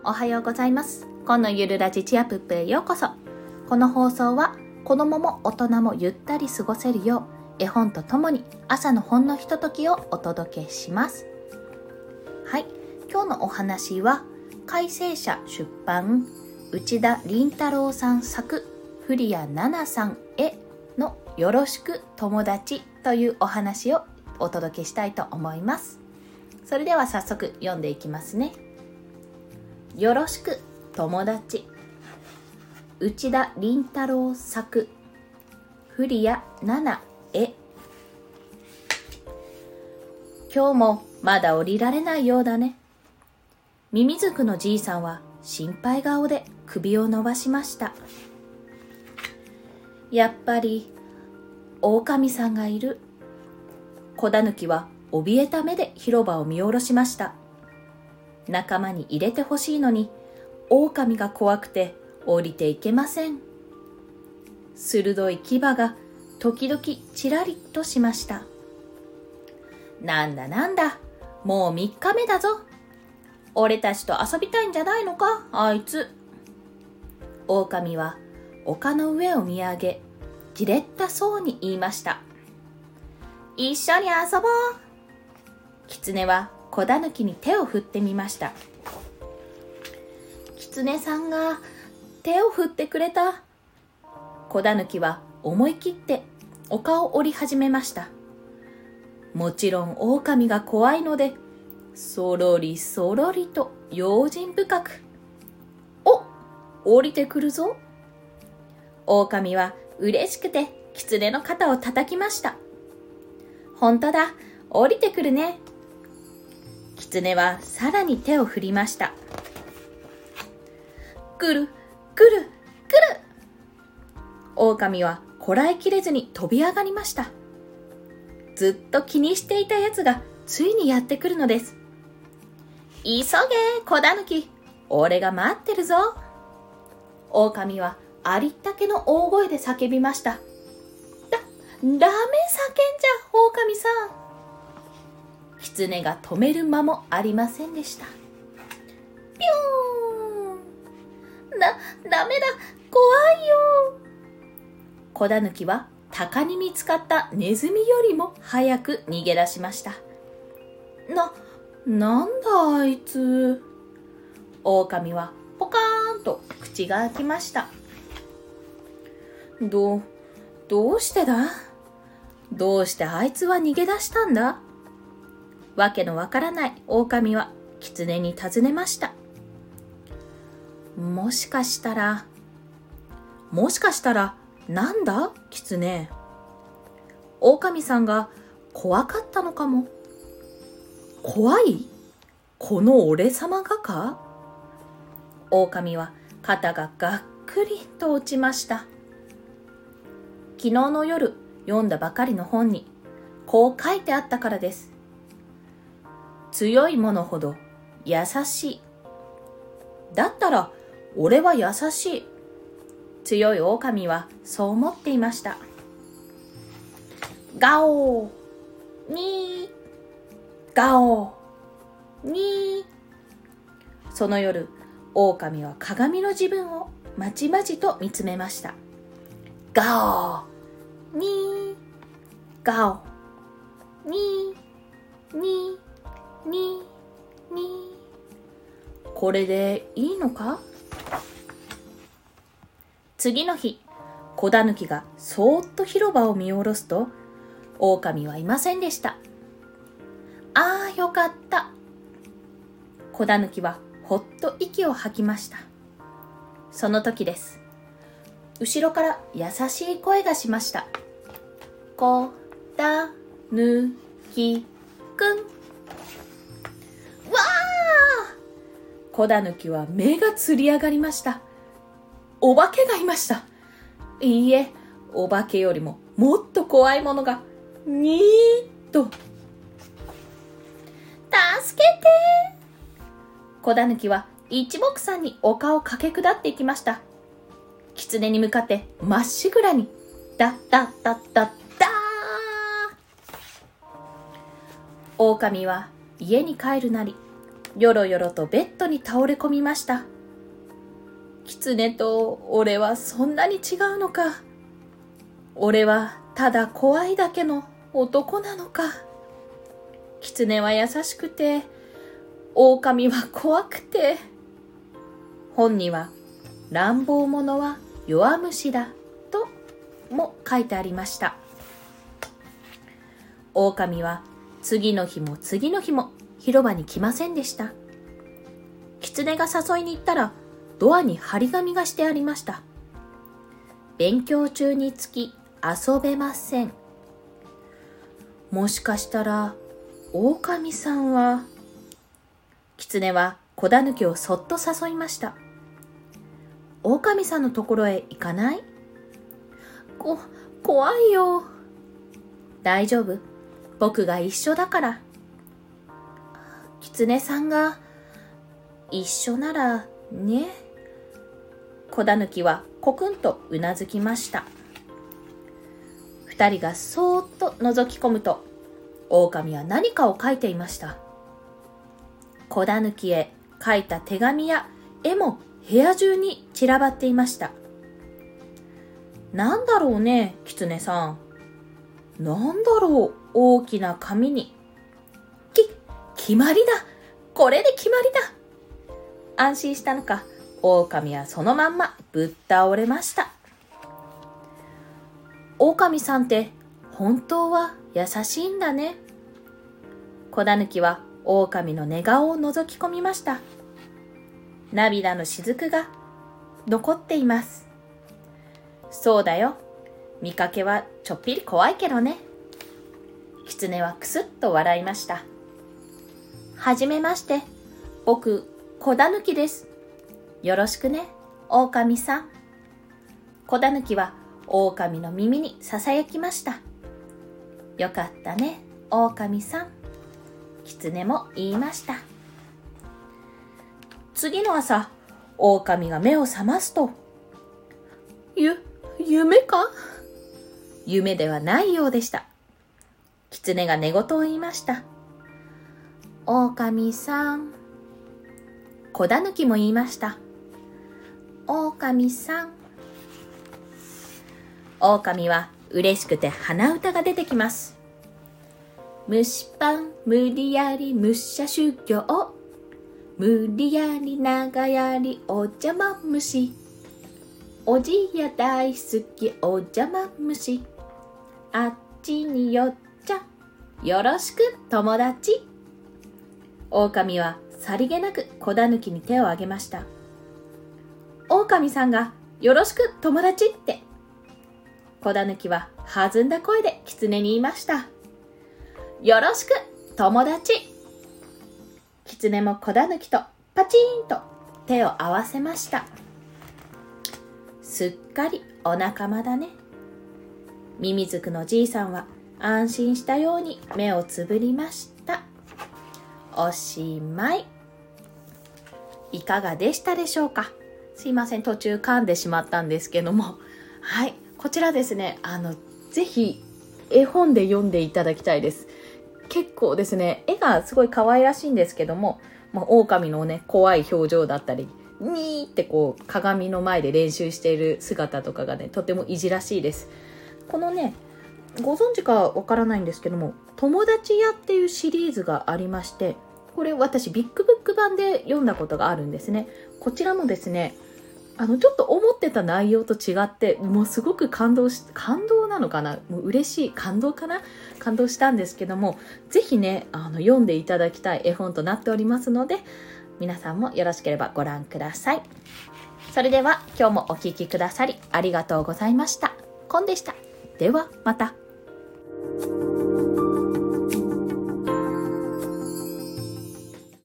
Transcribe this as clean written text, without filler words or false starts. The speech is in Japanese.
おはようございます。今のゆるラジチアプップへようこそ。この放送は子供も大人もゆったり過ごせるよう絵本とともに朝のほんのひとときをお届けします。はい、今日のお話は改正社出版内田倫太郎さん作古谷奈々さんへのよろしく友達というお話をお届けしたいと思います。それでは早速読んでいきますね。よろしく友達、内田倫太郎作古谷奈々へ。今日もまだ降りられないようだね。ミミズクのじいさんは心配顔で首を伸ばしました。やっぱり狼さんがいる。子狸は怯えた目で広場を見下ろしました。仲間に入れてほしいのに狼が怖くて降りていけません。鋭い牙が時々ちらりとしました。なんだなんだ、もう3日目だぞ。俺たちと遊びたいんじゃないのか、あいつ。狼は丘の上を見上げ、じれったそうに言いました。一緒に遊ぼう。狐は子狸に手を振ってみました。狐さんが手を振ってくれた。子狸は思い切って丘を降り始めました。もちろん狼が怖いので、そろりそろりと用心深く。お、降りてくるぞ。狼は嬉しくて狐の肩を叩きました。本当だ、降りてくるね。狐はさらに手を振りました。くる、くる、くる。狼はこらえきれずに飛び上がりました。ずっと気にしていたやつがついにやってくるのです。急げ、子狸。俺が待ってるぞ。狼はありったけの大声で叫びました。ダメ叫んじゃ、狼さん。狐が止める間もありませんでした。ピューン。ダメだ、怖いよ。子狸は鷹に見つかったネズミよりも早く逃げ出しました。なんだあいつ。狼はポカーンと口が開きました。どうしてだ？どうしてあいつは逃げ出したんだ？わけのわからない狼は狐に尋ねました。もしかしたらなんだ狐。狼さんが怖かったのかも。怖い？この俺様がか？狼は肩ががっくりと落ちました。昨日の夜読んだばかりの本にこう書いてあったからです。強いものほど優しい。だったら俺は優しい。強い狼はそう思っていました。ガオーにーガオーにー。その夜、狼は鏡の自分をまちまちと見つめました。ガオーにーガオーにーにーにーにー。これでいいのか？次の日、子狸がそーっと広場を見下ろすと、狼はいませんでした。ああ、よかった。子狸はほっと息を吐きました。その時です。後ろから優しい声がしました。子狸くん。わあ！子狸は目がつり上がりました。お化けがいました。いいえ、お化けよりももっと怖いものがにーっと。助けて！子狸は一目散に丘を駆け下っていきました。狐に向かってまっしぐらにダッダッダッダッダー。狼は家に帰るなりよろよろとベッドに倒れ込みました。狐と俺はそんなに違うのか。俺はただ怖いだけの男なのか。狐は優しくて、狼は怖くて。本には乱暴者は弱虫だとも書いてありました。狼は次の日も次の日も広場に来ませんでした。狐が誘いに行ったらドアに張り紙がしてありました。勉強中につき遊べません。もしかしたら狼さんは。狐は子狸をそっと誘いました。狼さんのところへ行かない？怖いよ。大丈夫。僕が一緒だから。狐さんが一緒ならね。子狸はコクンとうなずきました。二人がそーっと覗き込むと、狼は何かを書いていました。子狸へ書いた手紙や絵も部屋中に散らばっていました。なんだろうね、狐さん。なんだろう、大きな紙に。決まりだ。これで決まりだ。安心したのか、狼はそのまんまぶっ倒れました。狼さんって本当は優しいんだね。子狸は狼の寝顔を覗き込みました。涙の雫が残っています。そうだよ。見かけはちょっぴり怖いけどね。狐はくすっと笑いました。はじめまして。僕、子狸です。よろしくね、狼さん。子狸は狼の耳にささやきました。よかったね、狼さん。狐も言いました。次の朝、狼が目を覚ますと、夢か？夢ではないようでした。狐が寝言を言いました。狼さん。子狸も言いました。狼さん。狼は嬉しくて鼻歌が出てきます。虫パン無理やり武者修行、無理やり長やりお邪魔虫、おじや大好きお邪魔虫、あっちによっちゃよろしく友達。狼はさりげなく子狸に手を挙げました。狼さんがよろしく友達って。子狸は弾んだ声で狐に言いました。よろしく友達。狐も子狸とパチーンと手を合わせました。すっかりお仲間だね。ミミズクのじいさんは安心したように目をつぶりました。おしまい。いかがでしたでしょうか。すいません、途中噛んでしまったんですけども、はい、こちらですね、ぜひ絵本で読んでいただきたいです。結構ですね、絵がすごい可愛らしいんですけども、狼のね、怖い表情だったり、にーってこう鏡の前で練習している姿とかがね、とてもいじらしいです。このね、ご存知かわからないんですけども、友達屋っていうシリーズがありまして、これ私ビッグブック版で読んだことがあるんですね。こちらもですね、ちょっと思ってた内容と違って、もうすごく感動なのかな、もう嬉しい、感動したんですけども、ぜひね、読んでいただきたい絵本となっておりますので、皆さんもよろしければご覧ください。それでは今日もお聞きくださりありがとうございました。コンでした。ではまた。